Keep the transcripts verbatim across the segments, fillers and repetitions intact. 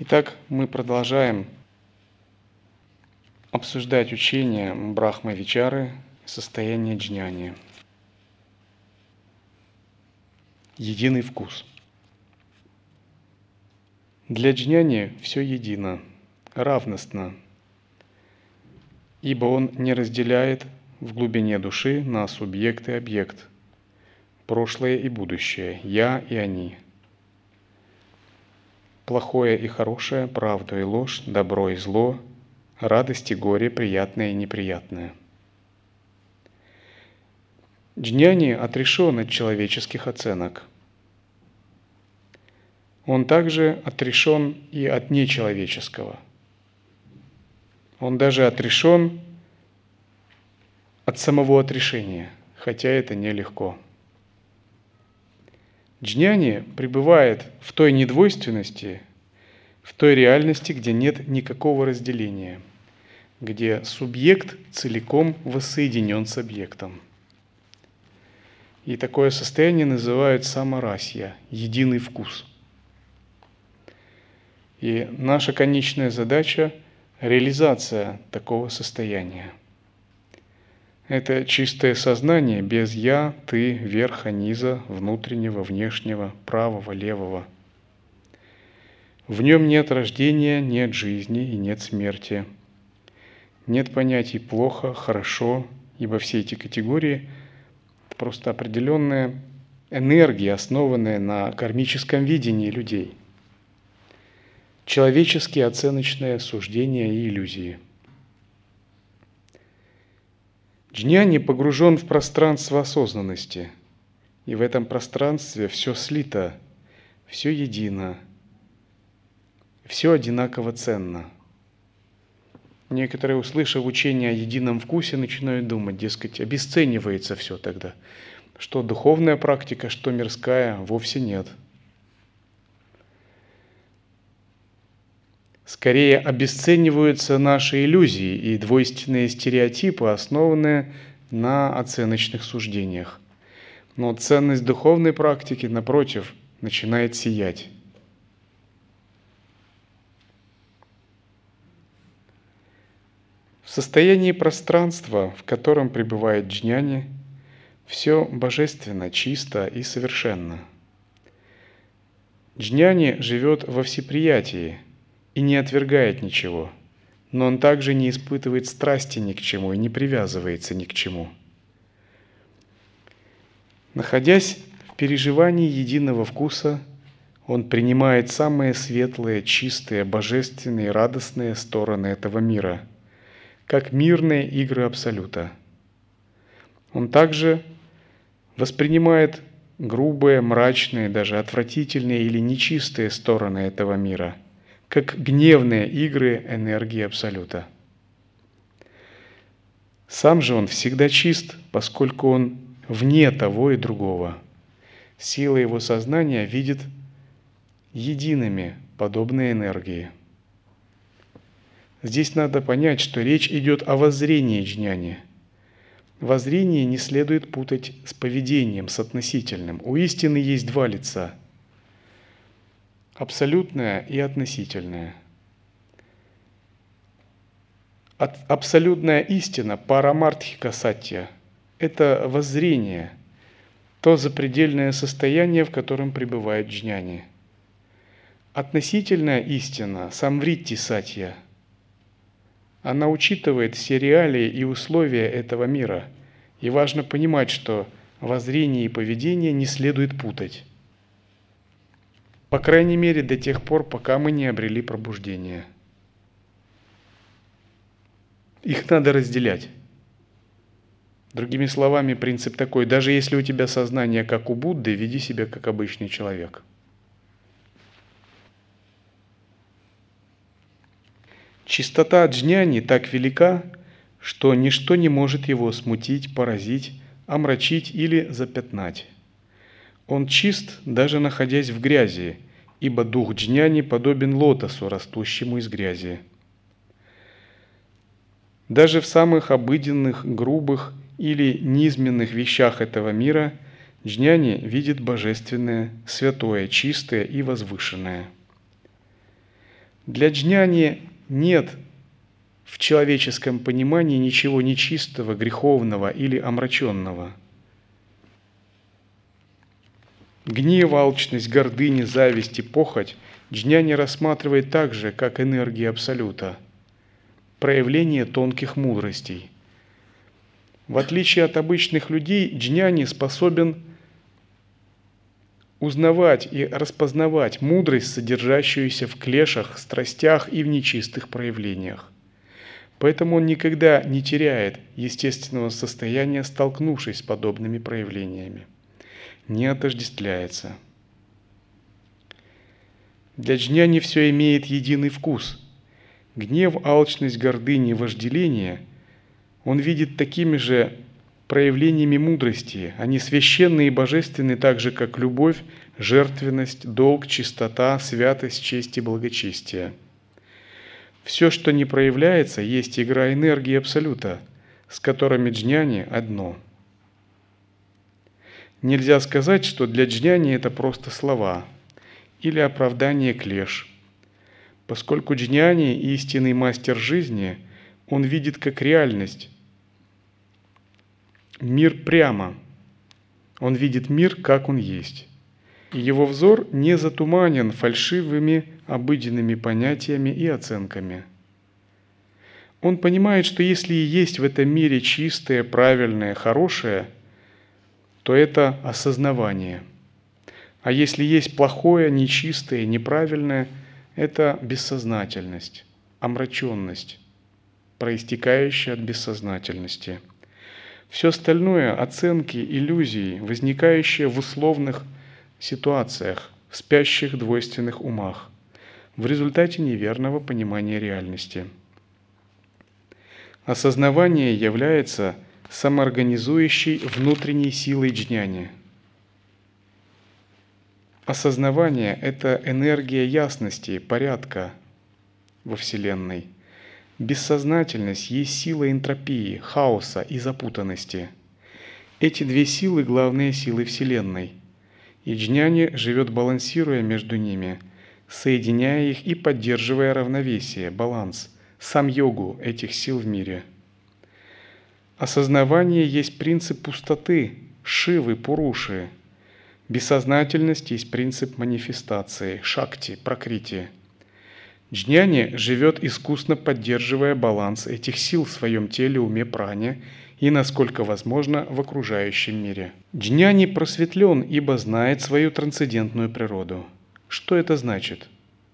Итак, мы продолжаем обсуждать учение Брахма-вичары, состояние джняни. Единый вкус. Для джняни все едино, равностно, ибо он не разделяет в глубине души на субъект и объект, прошлое и будущее, я и они, плохое и хорошее, правду и ложь, добро и зло, радость и горе, приятное и неприятное. Джняни отрешен от человеческих оценок. Он также отрешен и от нечеловеческого. Он даже отрешен от самого отрешения, хотя это нелегко. Джняни пребывает в той недвойственности, в той реальности, где нет никакого разделения, где субъект целиком воссоединен с объектом. И такое состояние называют самарасья, единый вкус. И наша конечная задача – реализация такого состояния. Это чистое сознание без «я», «ты», верха, низа, внутреннего, внешнего, правого, левого. В нем нет рождения, нет жизни и нет смерти. Нет понятий «плохо», «хорошо», ибо все эти категории – это просто определенная энергия, основанная на кармическом видении людей. Человеческие оценочные суждения и иллюзии. Джняни погружен в пространство осознанности, и в этом пространстве все слито, все едино, все одинаково ценно. Некоторые, услышав учение о едином вкусе, начинают думать, дескать, обесценивается все тогда, что духовная практика, что мирская, вовсе нет. Скорее обесцениваются наши иллюзии и двойственные стереотипы, основанные на оценочных суждениях. Но ценность духовной практики, напротив, начинает сиять. В состоянии пространства, в котором пребывает джняни, все божественно, чисто и совершенно. Джняни живет во всеприятии и не отвергает ничего, но он также не испытывает страсти ни к чему и не привязывается ни к чему. Находясь в переживании единого вкуса, он принимает самые светлые, чистые, божественные, радостные стороны этого мира, как мирные игры Абсолюта. Он также воспринимает грубые, мрачные, даже отвратительные или нечистые стороны этого мира, как гневные игры энергии Абсолюта. Сам же он всегда чист, поскольку он вне того и другого. Сила его сознания видит едиными подобные энергии. Здесь надо понять, что речь идет о воззрении джняни. Воззрение не следует путать с поведением, с относительным. У истины есть два лица – абсолютное и относительное. Абсолютная истина, парамартхика сатья – это воззрение, то запредельное состояние, в котором пребывает джняни. Относительная истина, самвритти сатья, она учитывает все реалии и условия этого мира, и важно понимать, что воззрение и поведение не следует путать. По крайней мере, до тех пор, пока мы не обрели пробуждение. Их надо разделять. Другими словами, принцип такой: даже если у тебя сознание как у Будды, веди себя как обычный человек. Чистота джняни так велика, что ничто не может его смутить, поразить, омрачить или запятнать. Он чист, даже находясь в грязи, ибо дух джняни подобен лотосу, растущему из грязи. Даже в самых обыденных, грубых или низменных вещах этого мира джняни видит божественное, святое, чистое и возвышенное. Для джняни нет в человеческом понимании ничего нечистого, греховного или омраченного. Гнев, алчность, гордыня, зависть и похоть джняни рассматривает так же, как энергии Абсолюта, проявление тонких мудростей. В отличие от обычных людей, джняни способен узнавать и распознавать мудрость, содержащуюся в клешах, страстях и в нечистых проявлениях. Поэтому он никогда не теряет естественного состояния, столкнувшись с подобными проявлениями. Не отождествляется. Для джняни все имеет единый вкус. Гнев, алчность, гордыня и вожделение он видит такими же проявлениями мудрости. Они священны и божественны так же, как любовь, жертвенность, долг, чистота, святость, честь и благочестие. Все, что не проявляется, есть игра энергии Абсолюта, с которыми джняни одно. Нельзя сказать, что для джняни это просто слова или оправдание клеш. Поскольку джняни – истинный мастер жизни, он видит как реальность мир прямо. Он видит мир, как он есть. И его взор не затуманен фальшивыми обыденными понятиями и оценками. Он понимает, что если и есть в этом мире чистое, правильное, хорошее, то это осознавание. А если есть плохое, нечистое, неправильное, это бессознательность, омраченность, проистекающая от бессознательности. Все остальное – оценки, иллюзии, возникающие в условных ситуациях, в спящих двойственных умах, в результате неверного понимания реальности. Осознавание является самоорганизующей внутренней силой джняни. Осознавание – это энергия ясности, порядка во Вселенной. Бессознательность есть сила энтропии, хаоса и запутанности. Эти две силы – главные силы Вселенной. И джняни живет, балансируя между ними, соединяя их и поддерживая равновесие, баланс, сам-йогу этих сил в мире. Осознавание есть принцип пустоты, шивы, пуруши. Бессознательность есть принцип манифестации, шакти, пракрити. Джняни живет, искусно поддерживая баланс этих сил в своем теле, уме, пране и, насколько возможно, в окружающем мире. Джняни просветлен, ибо знает свою трансцендентную природу. Что это значит?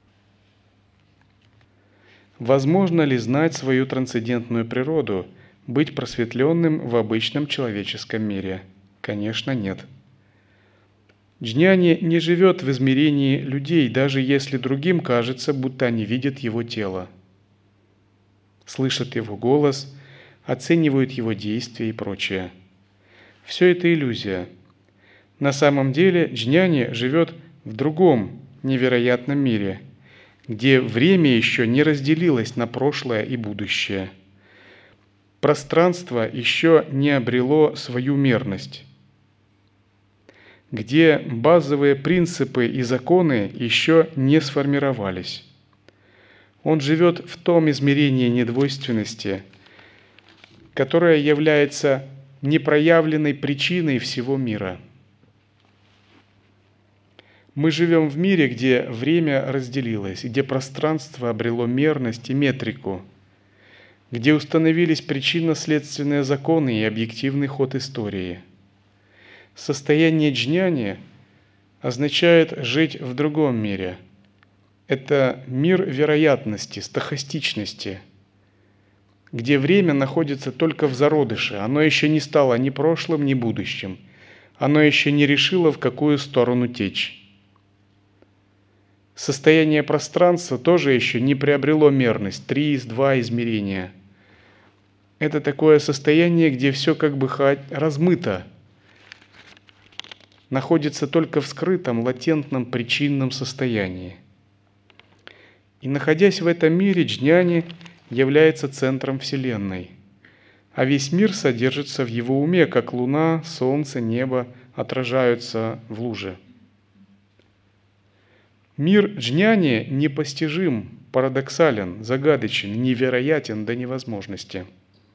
Возможно ли знать свою трансцендентную природу, быть просветленным в обычном человеческом мире? Конечно, нет. Джняни не живет в измерении людей, даже если другим кажется, будто они видят его тело, слышат его голос, оценивают его действия и прочее. Все это иллюзия. На самом деле джняни живет в другом невероятном мире, где время еще не разделилось на прошлое и будущее. Пространство еще не обрело свою мерность, где базовые принципы и законы еще не сформировались. Он живет в том измерении недвойственности, которое является непроявленной причиной всего мира. Мы живем в мире, где время разделилось, где пространство обрело мерность и метрику, где установились причинно-следственные законы и объективный ход истории. Состояние джняни означает жить в другом мире. Это мир вероятности, стохастичности, где время находится только в зародыше, оно еще не стало ни прошлым, ни будущим, оно еще не решило, в какую сторону течь. Состояние пространства тоже еще не приобрело мерность, три из два измерения. Это такое состояние, где все как бы размыто, находится только в скрытом, латентном, причинном состоянии. И находясь в этом мире, джняни является центром Вселенной, а весь мир содержится в его уме, как луна, солнце, небо отражаются в луже. Мир джняни непостижим парадоксален, загадочен, невероятен до невозможности.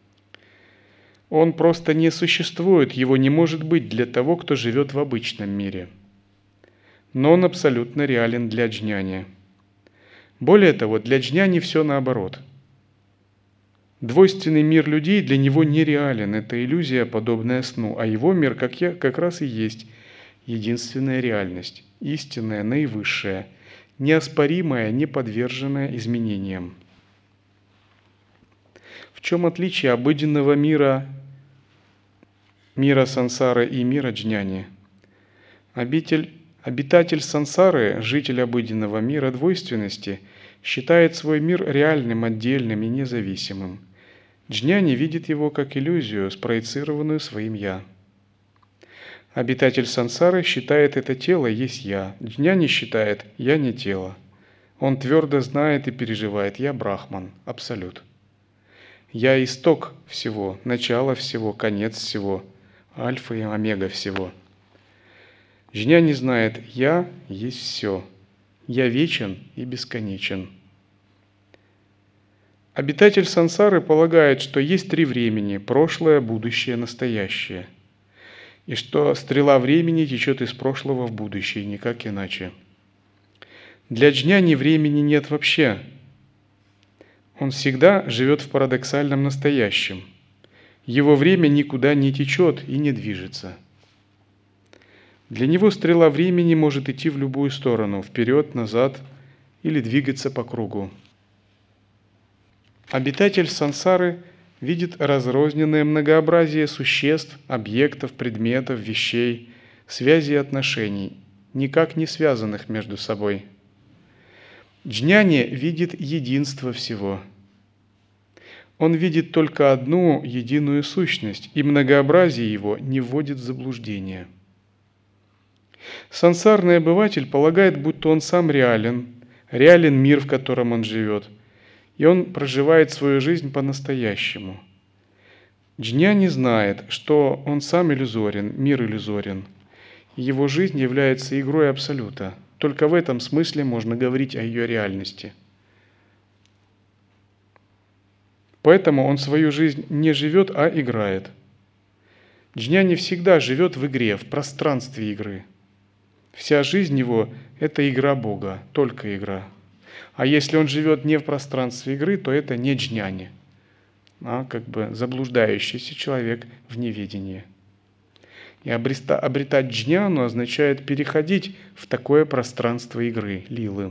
Он просто не существует, его не может быть для того, кто живет в обычном мире. Но он абсолютно реален для джняни. Более того, для джняни все наоборот. Двойственный мир людей для него нереален, это иллюзия, подобная сну, а его мир как, я, как раз и есть единственная реальность, истинная, наивысшая, неоспоримая, не подверженная изменениям. В чем отличие обыденного мира, мира сансары и мира джняни? Обитель, обитатель сансары, житель обыденного мира двойственности, считает свой мир реальным, отдельным и независимым. Джняни видит его как иллюзию, спроецированную своим «я». Обитатель сансары считает это тело есть «я». Джняни считает «я не тело». Он твердо знает и переживает «я Брахман», Абсолют. «Я исток всего, начало всего, конец всего, альфа и омега всего». Джняни знает «я есть все». Я вечен и бесконечен. Обитатель сансары полагает, что есть три времени – прошлое, будущее, настоящее. И что стрела времени течет из прошлого в будущее, никак иначе. Для джняни времени нет вообще. Он всегда живет в парадоксальном настоящем. Его время никуда не течет и не движется. Для него стрела времени может идти в любую сторону, вперед, назад или двигаться по кругу. Обитатель сансары видит разрозненное многообразие существ, объектов, предметов, вещей, связей и отношений, никак не связанных между собой. Джняни видит единство всего. Он видит только одну единую сущность, и многообразие его не вводит в заблуждение. Сансарный обыватель полагает, будто он сам реален, реален мир, в котором он живет, и он проживает свою жизнь по-настоящему. Джняни знает, что он сам иллюзорен, мир иллюзорен, и его жизнь является игрой Абсолюта. Только в этом смысле можно говорить о ее реальности. Поэтому он свою жизнь не живет, а играет. Джняни всегда живет в игре, в пространстве игры. Вся жизнь его – это игра Бога, только игра. А если он живет не в пространстве игры, то это не джняни, а как бы заблуждающийся человек в неведении. И обретать джняну означает переходить в такое пространство игры, лилы.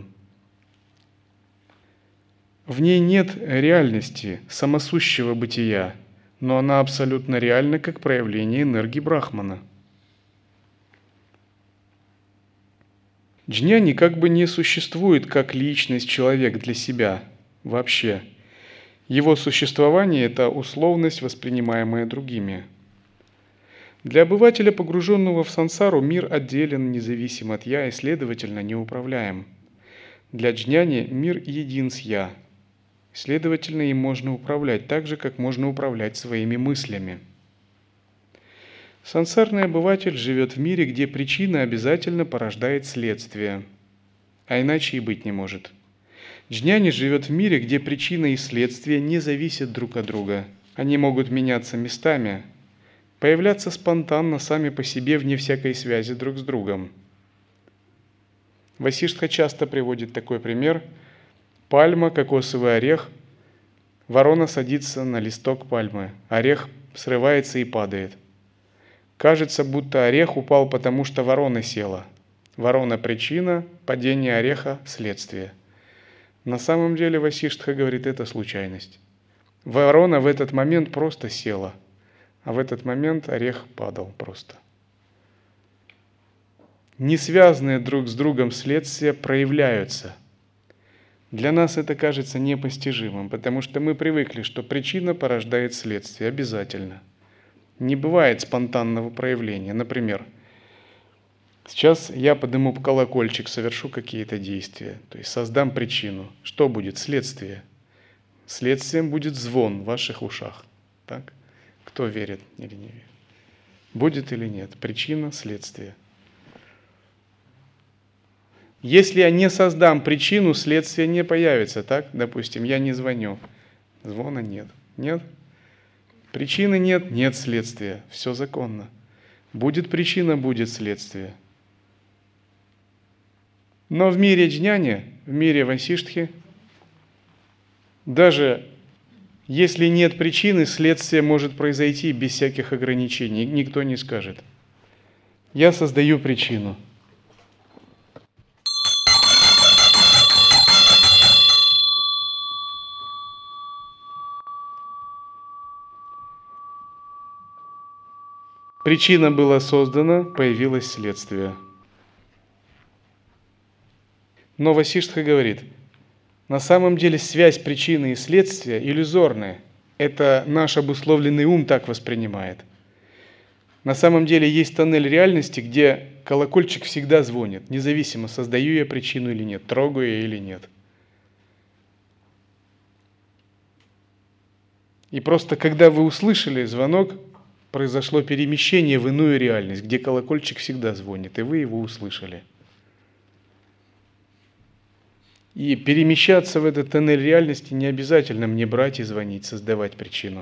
В ней нет реальности, самосущего бытия, но она абсолютно реальна как проявление энергии Брахмана. Джняни как бы не существует как личность, человек для себя вообще. Его существование – это условность, воспринимаемая другими. Для обывателя, погруженного в сансару, мир отделен, независим от «я» и, следовательно, неуправляем. Для джняни мир един с «я». Следовательно, им можно управлять так же, как можно управлять своими мыслями. Сансарный обыватель живет в мире, где причина обязательно порождает следствие, а иначе и быть не может. Джняни живет в мире, где причина и следствие не зависят друг от друга. Они могут меняться местами, появляться спонтанно сами по себе вне всякой связи друг с другом. Васиштха часто приводит такой пример. Пальма, кокосовый орех, ворона садится на листок пальмы, орех срывается и падает. Кажется, будто орех упал, потому что ворона села. Ворона – причина, падение ореха – следствие. На самом деле Васиштха говорит, это случайность. Ворона в этот момент просто села, а в этот момент орех падал просто. Не связанные друг с другом следствия проявляются. Для нас это кажется непостижимым, потому что мы привыкли, что причина порождает следствие обязательно. Не бывает спонтанного проявления. Например, сейчас я подниму колокольчик, совершу какие-то действия, то есть создам причину. Что будет? Следствие. Следствием будет звон в ваших ушах. Так? Кто верит или не верит? Будет или нет? Причина, следствие. Если я не создам причину, следствие не появится, так? Допустим, я не звоню, звона нет. Нет? Причины нет, нет следствия. Все законно. Будет причина, будет следствие. Но в мире джняни, в мире васиштхи, даже если нет причины, следствие может произойти без всяких ограничений. Никто не скажет: я создаю причину. Причина была создана, появилось следствие. Но Васиштха говорит, на самом деле связь причины и следствия иллюзорная. Это наш обусловленный ум так воспринимает. На самом деле есть тоннель реальности, где колокольчик всегда звонит, независимо, создаю я причину или нет, трогаю я или нет. И просто когда вы услышали звонок, произошло перемещение в иную реальность, где колокольчик всегда звонит, и вы его услышали. И перемещаться в этот тоннель реальности не обязательно мне брать и звонить, создавать причину.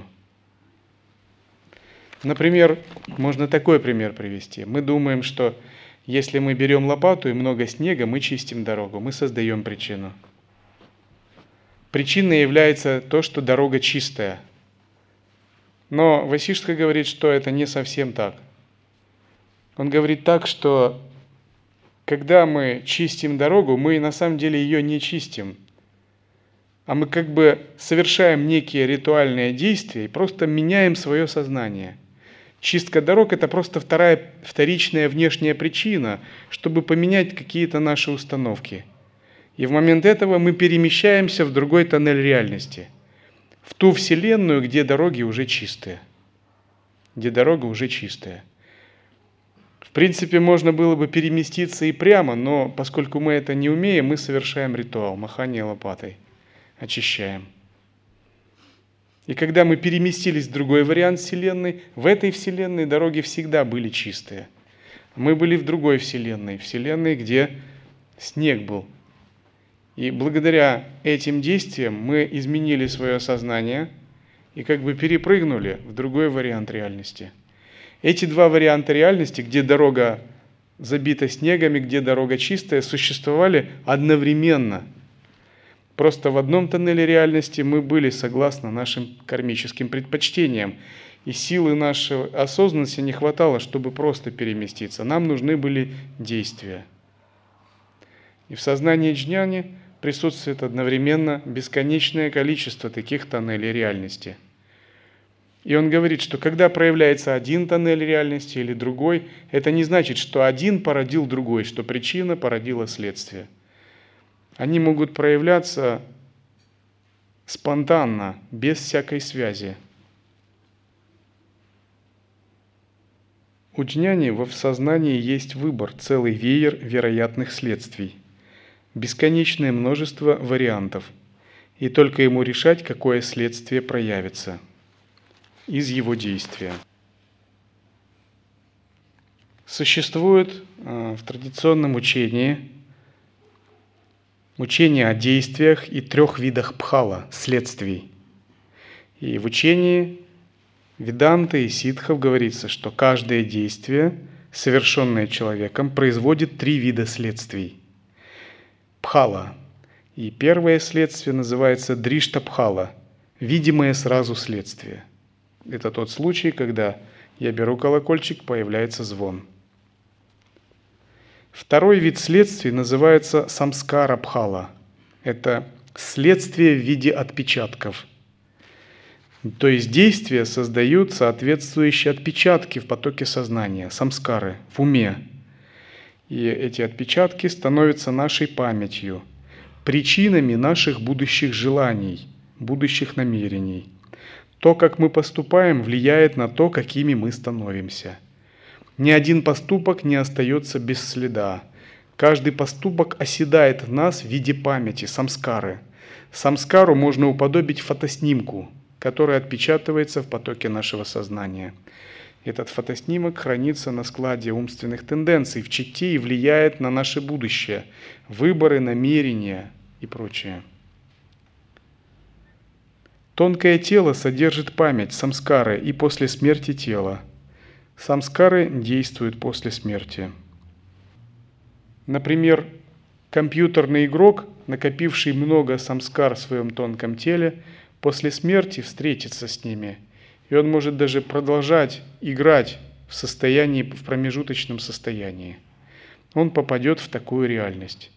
Например, можно такой пример привести. Мы думаем, что если мы берем лопату и много снега, мы чистим дорогу, мы создаем причину. Причиной является то, что дорога чистая. Но Васиштха говорит, что это не совсем так. Он говорит так, что когда мы чистим дорогу, мы на самом деле ее не чистим, а мы как бы совершаем некие ритуальные действия и просто меняем свое сознание. Чистка дорог – это просто вторая, вторичная внешняя причина, чтобы поменять какие-то наши установки. И в момент этого мы перемещаемся в другой тоннель реальности, в ту вселенную, где дороги уже чистые, где дорога уже чистая. В принципе, можно было бы переместиться и прямо, но поскольку мы это не умеем, мы совершаем ритуал, махание лопатой, очищаем. И когда мы переместились в другой вариант вселенной, в этой вселенной дороги всегда были чистые. Мы были в другой вселенной, вселенной, где снег был. И благодаря этим действиям мы изменили свое сознание и как бы перепрыгнули в другой вариант реальности. Эти два варианта реальности, где дорога забита снегами, где дорога чистая, существовали одновременно. Просто в одном тоннеле реальности мы были согласно нашим кармическим предпочтениям, и силы нашей осознанности не хватало, чтобы просто переместиться. Нам нужны были действия. И в сознании джняни присутствует одновременно бесконечное количество таких тоннелей реальности. И он говорит, что когда проявляется один тоннель реальности или другой, это не значит, что один породил другой, что причина породила следствие. Они могут проявляться спонтанно, без всякой связи. У джняни в сознании есть выбор, целый веер вероятных следствий, бесконечное множество вариантов, и только ему решать, какое следствие проявится из его действия. Существует в традиционном учении учение о действиях и трех видах бхала, следствий. И в учении Веданты и ситхов говорится, что каждое действие, совершенное человеком, производит три вида следствий. Бхала. И первое следствие называется дриштабхала, видимое сразу следствие. Это тот случай, когда я беру колокольчик, появляется звон. Второй вид следствий называется самскара-бхала. Это следствие в виде отпечатков. То есть действия создают соответствующие отпечатки в потоке сознания, самскары, в уме. И эти отпечатки становятся нашей памятью, причинами наших будущих желаний, будущих намерений. То, как мы поступаем, влияет на то, какими мы становимся. Ни один поступок не остается без следа. Каждый поступок оседает в нас в виде памяти, самскары. Самскару можно уподобить фотоснимку, которая отпечатывается в потоке нашего сознания. Этот фотоснимок хранится на складе умственных тенденций в читте и влияет на наше будущее, выборы, намерения и прочее. Тонкое тело содержит память, самскары, и после смерти тела. Самскары действуют после смерти. Например, компьютерный игрок, накопивший много самскар в своем тонком теле, после смерти встретится с ними, и он может даже продолжать играть в состоянии, в промежуточном состоянии. Он попадет в такую реальность.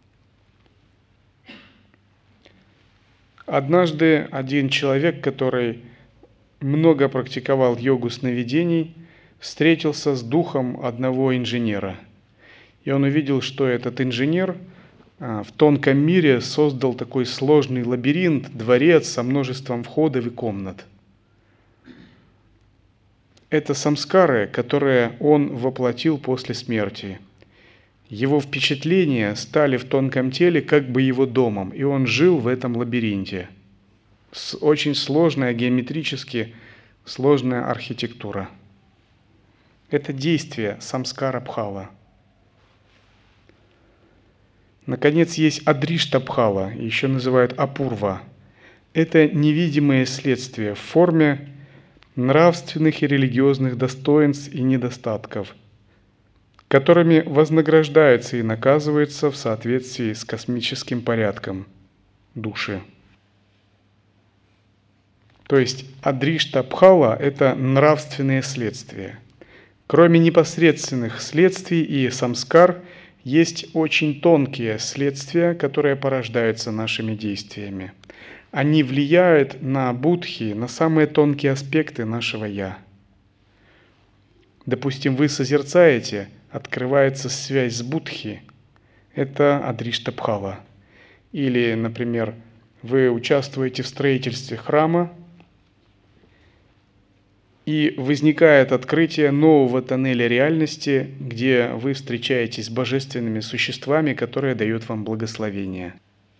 Однажды один человек, который много практиковал йогу сновидений, встретился с духом одного инженера. И он увидел, что этот инженер в тонком мире создал такой сложный лабиринт, дворец со множеством входов и комнат. Это самскары, которые он воплотил после смерти. Его впечатления стали в тонком теле как бы его домом, и он жил в этом лабиринте. Очень сложная, геометрически сложная архитектура. Это действие самскара бхава. Наконец, есть адришта бхава, еще называют апурва. Это невидимые следствия в форме нравственных и религиозных достоинств и недостатков, которыми вознаграждаются и наказываются в соответствии с космическим порядком души. То есть адришта бхава – это нравственные следствия. Кроме непосредственных следствий и самскар, есть очень тонкие следствия, которые порождаются нашими действиями. Они влияют на будхи, на самые тонкие аспекты нашего «я». Допустим, вы созерцаете, открывается связь с будхи, это адришта бхава. Или, например, вы участвуете в строительстве храма, и возникает открытие нового тоннеля реальности, где вы встречаетесь с божественными существами, которые дают вам благословение.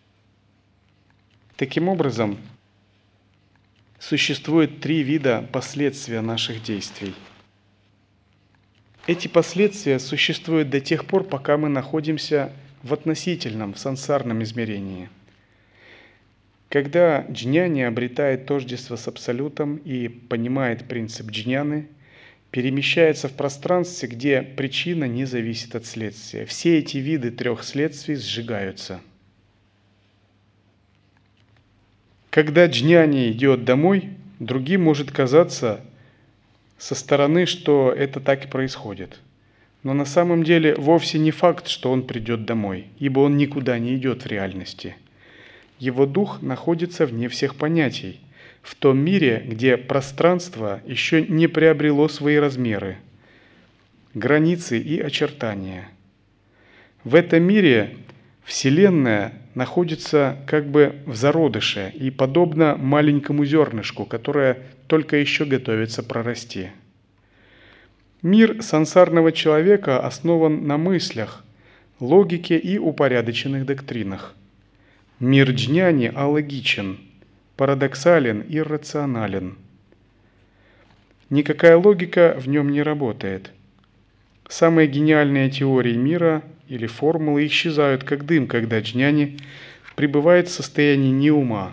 Таким образом, существует три вида последствия наших действий. Эти последствия существуют до тех пор, пока мы находимся в относительном, в сансарном измерении. Когда джняни обретает тождество с Абсолютом и понимает принцип джняны, перемещается в пространстве, где причина не зависит от следствия. Все эти виды трех следствий сжигаются. Когда джняни идет домой, другим может казаться со стороны, что это так и происходит. Но на самом деле вовсе не факт, что он придет домой, ибо он никуда не идет в реальности. Его дух находится вне всех понятий, в том мире, где пространство еще не приобрело свои размеры, границы и очертания. В этом мире Вселенная находится как бы в зародыше и подобна маленькому зернышку, которое только еще готовится прорасти. Мир сансарного человека основан на мыслях, логике и упорядоченных доктринах. Мир джняни алогичен, парадоксален, иррационален. Никакая логика в нем не работает. Самые гениальные теории мира или формулы исчезают как дым, когда джняни пребывает в состоянии неума.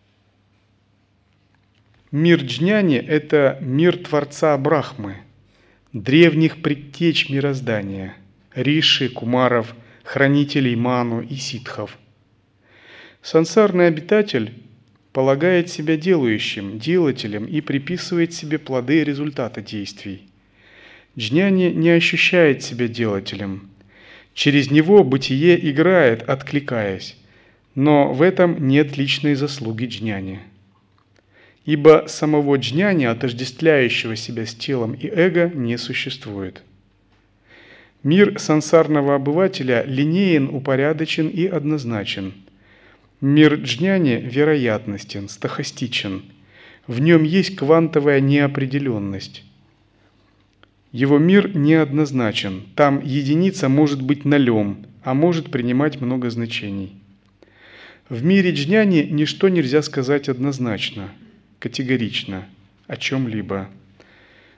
Мир джняни – это мир Творца Брахмы, древних предтеч мироздания, риши, кумаров, хранителей ману и ситхов. Сансарный обитатель полагает себя делающим, делателем и приписывает себе плоды и результаты действий. Джняни не ощущает себя делателем. Через него бытие играет, откликаясь, но в этом нет личной заслуги джняни. Ибо самого джняни, отождествляющего себя с телом и эго, не существует. Мир сансарного обывателя линеен, упорядочен и однозначен. Мир джняни вероятностен, стохастичен. В нем есть квантовая неопределенность. Его мир неоднозначен. Там единица может быть нолем, а может принимать много значений. В мире джняни ничто нельзя сказать однозначно, категорично, о чем-либо.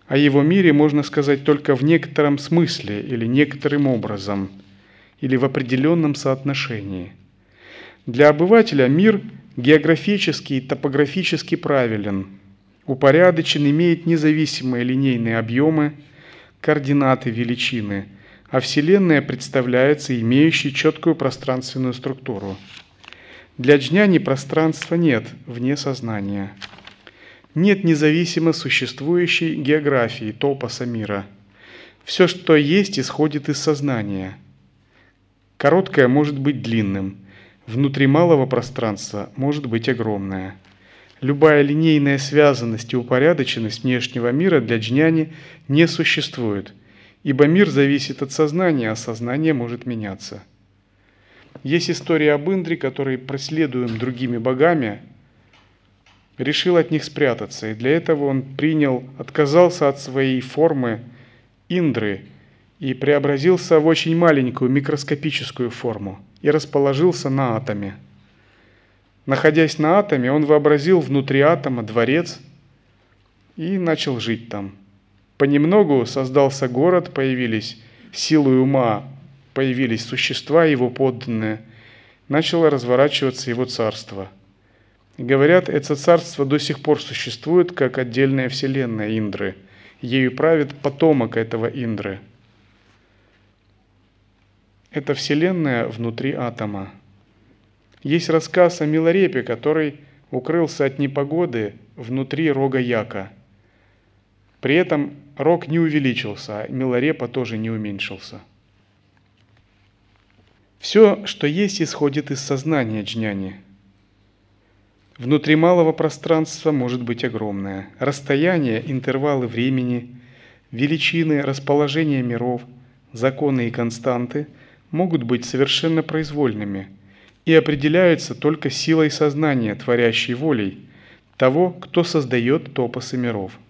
О его мире можно сказать только в некотором смысле или некоторым образом, или в определенном соотношении. Для обывателя мир географически и топографически правилен, упорядочен, имеет независимые линейные объемы, координаты, величины, а Вселенная представляется имеющей четкую пространственную структуру. Для джняни пространства нет вне сознания. Нет независимо существующей географии, топоса мира. Все, что есть, исходит из сознания. Короткое может быть длинным, внутри малого пространства может быть огромное. Любая линейная связанность и упорядоченность внешнего мира для джняни не существует, ибо мир зависит от сознания, а сознание может меняться. Есть история об Индре, который, преследуем другими богами, решил от них спрятаться, и для этого он принял, отказался от своей формы Индры и преобразился в очень маленькую микроскопическую форму и расположился на атоме. Находясь на атоме, он вообразил внутри атома дворец и начал жить там. Понемногу создался город, появились силой ума, появились существа его подданные, начало разворачиваться его царство. И говорят, это царство до сих пор существует как отдельная вселенная Индры. Ею правит потомок этого Индры. Это вселенная внутри атома. Есть рассказ о Миларепе, который укрылся от непогоды внутри рога яка. При этом рог не увеличился, а Миларепа тоже не уменьшился. Все, что есть, исходит из сознания джняни. Внутри малого пространства может быть огромное. Расстояние, интервалы времени, величины, расположение миров, законы и константы могут быть совершенно произвольными и определяются только силой сознания, творящей волей того, кто создает топосы миров.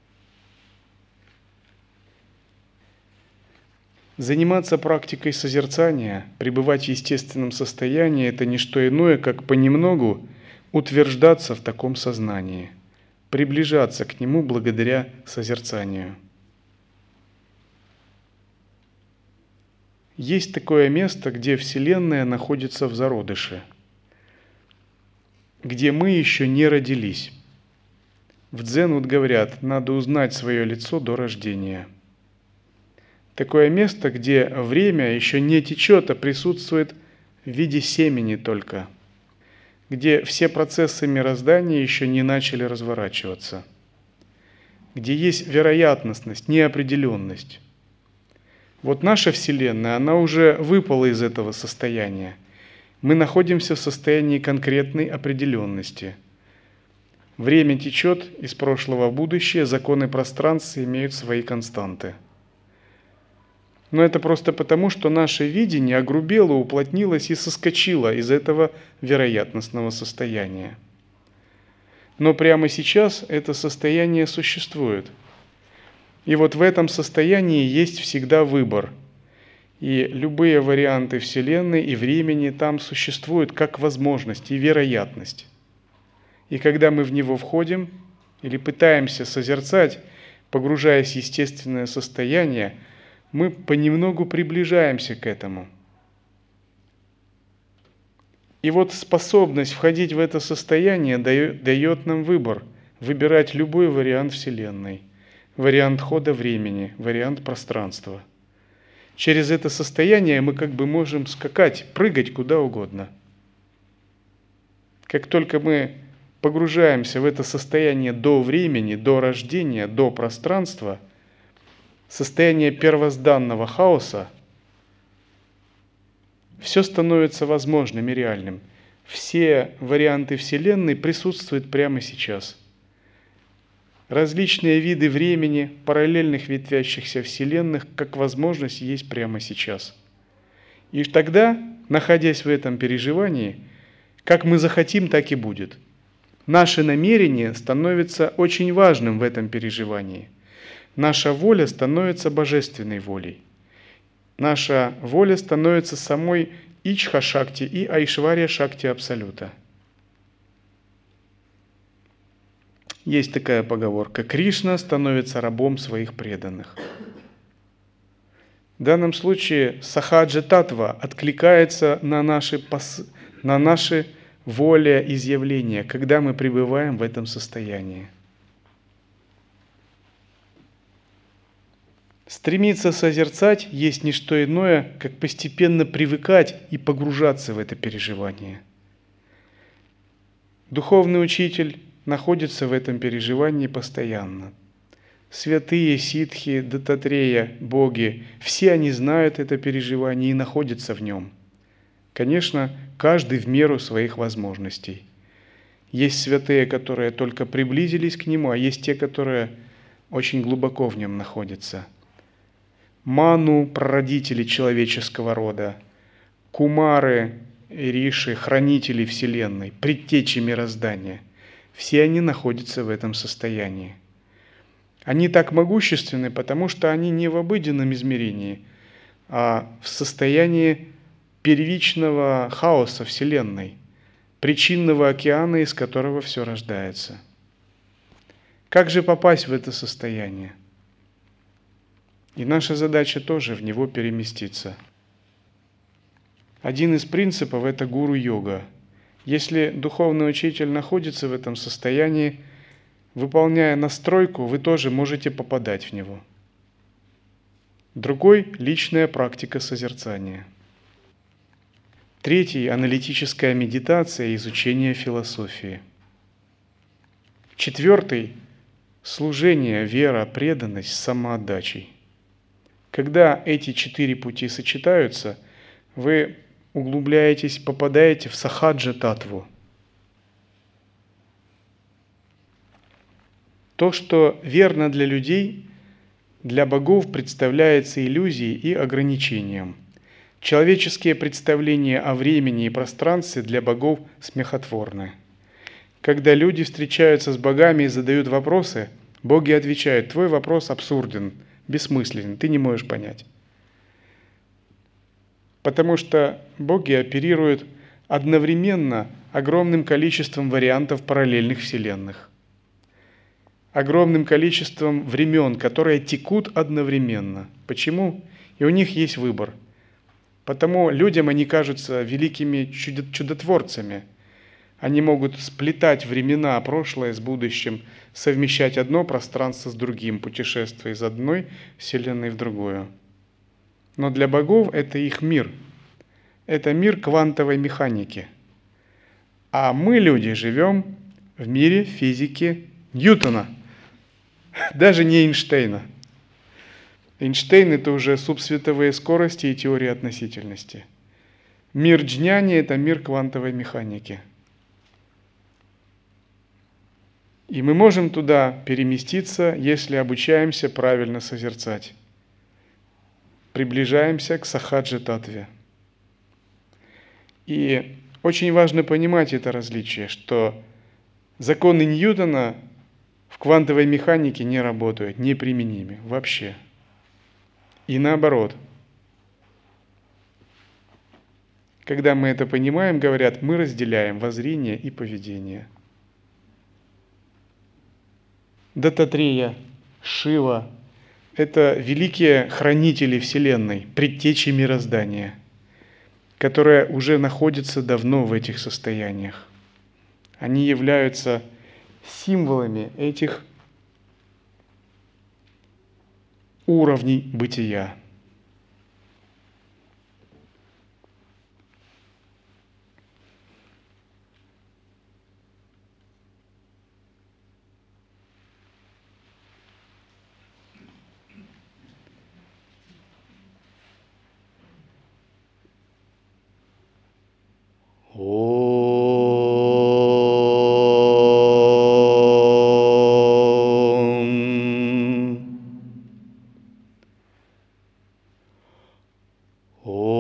Заниматься практикой созерцания, пребывать в естественном состоянии – это не что иное, как понемногу утверждаться в таком сознании, приближаться к нему благодаря созерцанию. Есть такое место, где Вселенная находится в зародыше, где мы еще не родились. В дзен вот говорят, надо узнать свое лицо до рождения. Такое место, где время еще не течет, а присутствует в виде семени только, где все процессы мироздания еще не начали разворачиваться, где есть вероятностность, неопределенность. Вот наша Вселенная, она уже выпала из этого состояния. Мы находимся в состоянии конкретной определенности. Время течет из прошлого в будущее, законы пространства имеют свои константы. Но это просто потому, что наше видение огрубело, уплотнилось и соскочило из этого вероятностного состояния. Но прямо сейчас это состояние существует. И вот в этом состоянии есть всегда выбор. И любые варианты Вселенной и времени там существуют как возможность и вероятность. И когда мы в него входим или пытаемся созерцать, погружаясь в естественное состояние, мы понемногу приближаемся к этому. И вот способность входить в это состояние дает, дает нам выбор, выбирать любой вариант Вселенной, вариант хода времени, вариант пространства. Через это состояние мы как бы можем скакать, прыгать куда угодно. Как только мы погружаемся в это состояние до времени, до рождения, до пространства, состояние первозданного хаоса, все становится возможным и реальным. Все варианты Вселенной присутствуют прямо сейчас. Различные виды времени, параллельных ветвящихся вселенных, как возможность, есть прямо сейчас. И тогда, находясь в этом переживании, как мы захотим, так и будет. Наше намерение становится очень важным в этом переживании. Наша воля становится божественной волей. Наша воля становится самой Ичха-шакти и Айшварья-шакти Абсолюта. Есть такая поговорка: Кришна становится рабом своих преданных. В данном случае сахаджа татва откликается на наши, пос... на наши волеизъявления, когда мы пребываем в этом состоянии. Стремиться созерцать есть не что иное, как постепенно привыкать и погружаться в это переживание. Духовный учитель находится в этом переживании постоянно. Святые, ситхи, дататрея, боги, все они знают это переживание и находятся в нем. Конечно, каждый в меру своих возможностей. Есть святые, которые только приблизились к нему, а есть те, которые очень глубоко в нем находятся. Ману, прародители человеческого рода, кумары, риши, хранители Вселенной, предтечи мироздания, все они находятся в этом состоянии. Они так могущественны, потому что они не в обыденном измерении, а в состоянии первичного хаоса Вселенной, причинного океана, из которого все рождается. Как же попасть в это состояние? И наша задача тоже в него переместиться. Один из принципов – это гуру-йога. Если духовный учитель находится в этом состоянии, выполняя настройку, вы тоже можете попадать в него. Другой – личная практика созерцания. Третий – аналитическая медитация и изучение философии. Четвертый – служение, вера, преданность с самоотдачей. Когда эти четыре пути сочетаются, вы углубляетесь, попадаете в сахаджа-татву. То, что верно для людей, для богов представляется иллюзией и ограничением. Человеческие представления о времени и пространстве для богов смехотворны. Когда люди встречаются с богами и задают вопросы, боги отвечают: «Твой вопрос абсурден, бессмысленен, ты не можешь понять». Потому что боги оперируют одновременно огромным количеством вариантов параллельных вселенных, огромным количеством времен, которые текут одновременно. Почему? И у них есть выбор. Потому людям они кажутся великими чудотворцами. Они могут сплетать времена, прошлое с будущим, совмещать одно пространство с другим, путешествуя из одной вселенной в другую. Но для богов это их мир. Это мир квантовой механики. А мы, люди, живем в мире физики Ньютона. Даже не Эйнштейна. Эйнштейн – это уже субсветовые скорости и теория относительности. Мир джняни – это мир квантовой механики. И мы можем туда переместиться, если обучаемся правильно созерцать. Приближаемся к сахаджа-татве. И очень важно понимать это различие, что законы Ньютона в квантовой механике не работают, неприменимы вообще. И наоборот. Когда мы это понимаем, говорят, мы разделяем воззрение и поведение. Дататрея, Шива – это великие хранители Вселенной, предтечи мироздания, которые уже находятся давно в этих состояниях. Они являются символами этих уровней бытия. Om.